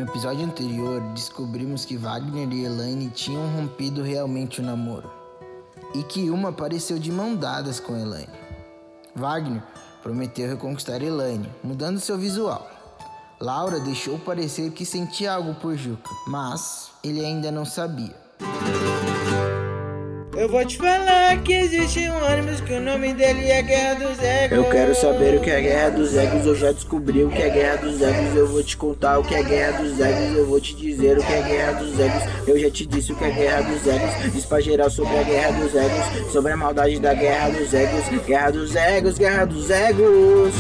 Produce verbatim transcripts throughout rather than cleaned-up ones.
No episódio anterior, descobrimos que Wagner e Elaine tinham rompido realmente o namoro e que uma apareceu de mão dadas com Elaine. Wagner prometeu reconquistar Elaine, mudando seu visual. Laura deixou parecer que sentia algo por Juca, mas ele ainda não sabia. Eu vou te falar que existe um ônibus que o nome dele é Guerra dos Egos. Eu quero saber o que é Guerra dos Egos, eu já descobri o que é Guerra dos Egos. Eu vou te contar o que é Guerra dos Egos, eu vou te dizer o que é Guerra dos Egos. Eu já te disse o que é Guerra dos Egos, diz pra geral sobre a Guerra dos Egos, sobre a maldade da Guerra dos Egos. Guerra dos Egos, Guerra dos Egos.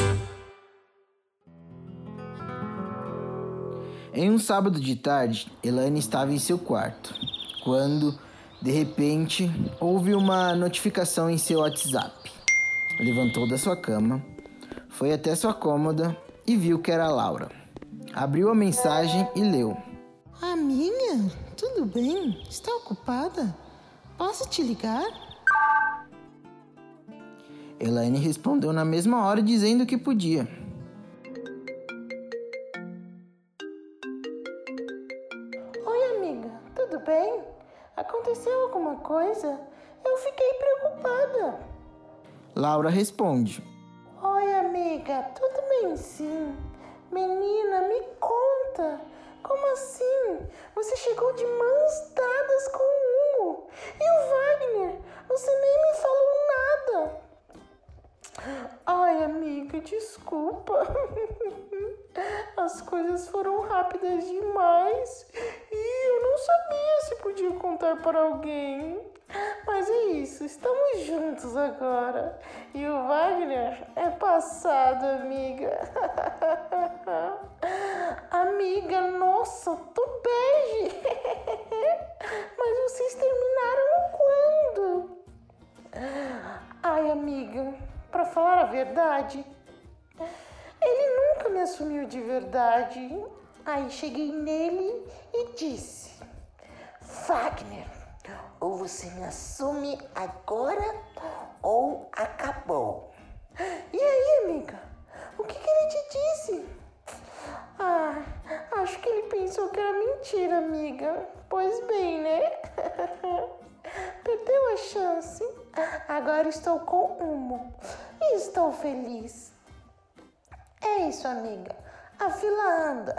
Em um sábado de tarde, Elaine estava em seu quarto, quando, de repente, houve uma notificação em seu WhatsApp. Levantou da sua cama, foi até sua cômoda e viu que era a Laura. Abriu a mensagem e leu. Amiga, tudo bem? Está ocupada? Posso te ligar? Elaine respondeu na mesma hora dizendo que podia. Oi, amiga, tudo bem? Aconteceu alguma coisa? Eu fiquei preocupada. Laura responde. Oi, amiga, tudo bem sim. Menina, me conta. Como assim? Você chegou de mãos dadas com o Humo. E o Wagner? Você nem me falou nada. Ai, amiga, desculpa. As coisas foram rápidas demais e eu não sabia se podia contar para alguém. Mas é isso, estamos juntos agora. E o Wagner é passado, amiga. Amiga, nossa, tô bege. Mas vocês terminaram quando? Ai, amiga, para falar a verdade, ele nunca me assumiu de verdade. Aí cheguei nele e disse: Wagner, ou você me assume agora ou acabou. E aí, amiga? O que, que ele te disse? Ah, acho que ele pensou que era mentira, amiga. Pois bem, né? Perdeu a chance. Agora estou com Humo e estou feliz. É isso, amiga. A fila anda.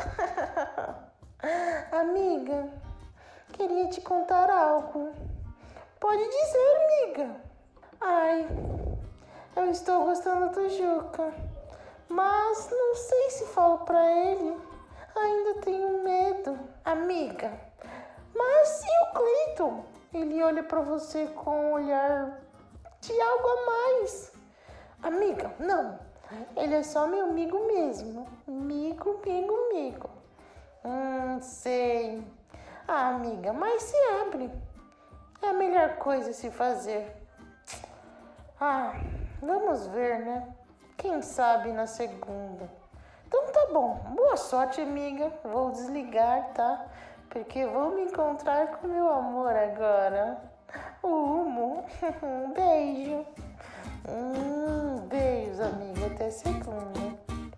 Amiga, queria te contar algo. Pode dizer, amiga. Ai, eu estou gostando do Juca, mas não sei se falo pra ele. Ainda tenho medo. Amiga, mas e o Cleiton? Ele olha pra você com um olhar de algo a mais. Amiga, não. Ele é só meu amigo mesmo. Amigo, amigo, amigo. Hum, sei. Ah, amiga, mas se abre. É a melhor coisa a se fazer. Ah, vamos ver, né? Quem sabe na segunda. Então tá bom. Boa sorte, amiga. Vou desligar, tá? Porque vou me encontrar com meu amor agora. O Humo. Um beijo. Hum, beijos, amiga. Até segunda.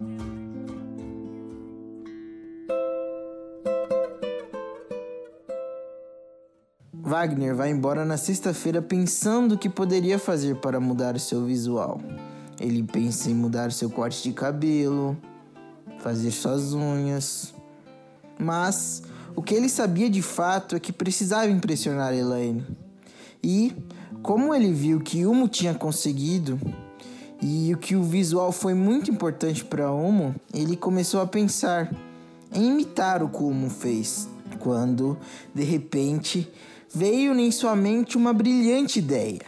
Wagner vai embora na sexta-feira pensando o que poderia fazer para mudar o seu visual. Ele pensa em mudar seu corte de cabelo, fazer suas unhas. Mas o que ele sabia de fato é que precisava impressionar Elaine. E, como ele viu que Humo tinha conseguido e que o visual foi muito importante para Humo, ele começou a pensar em imitar o que o Humo fez. Quando, de repente, veio em sua mente uma brilhante ideia.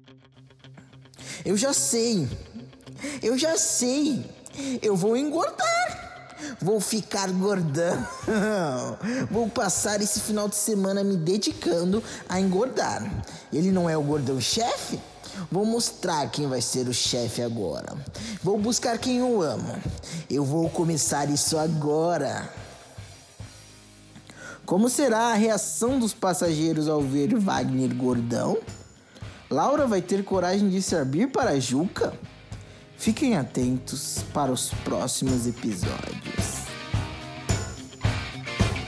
Eu já sei, eu já sei, eu vou engordar. Vou ficar gordão. Vou passar esse final de semana me dedicando a engordar. Ele não é o gordão-chefe? Vou mostrar quem vai ser o chefe agora. Vou buscar quem eu amo. Eu vou começar isso agora. Como será a reação dos passageiros ao ver Wagner gordão? Laura vai ter coragem de servir para a Juca? Fiquem atentos para os próximos episódios.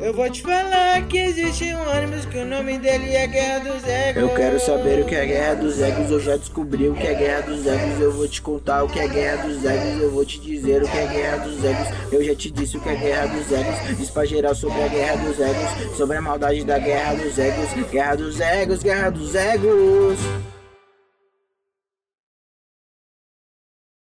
Eu vou te falar que existe um ônibus que o nome dele é Guerra dos Egos. Eu quero saber o que é Guerra dos Egos, eu já descobri o que é Guerra dos Egos. Eu vou te contar o que é Guerra dos Egos, eu vou te dizer o que é Guerra dos Egos. Eu já te disse o que é Guerra dos Egos, diz pra geral sobre a Guerra dos Egos, sobre a maldade da Guerra dos Egos. Guerra dos Egos, Guerra dos Egos.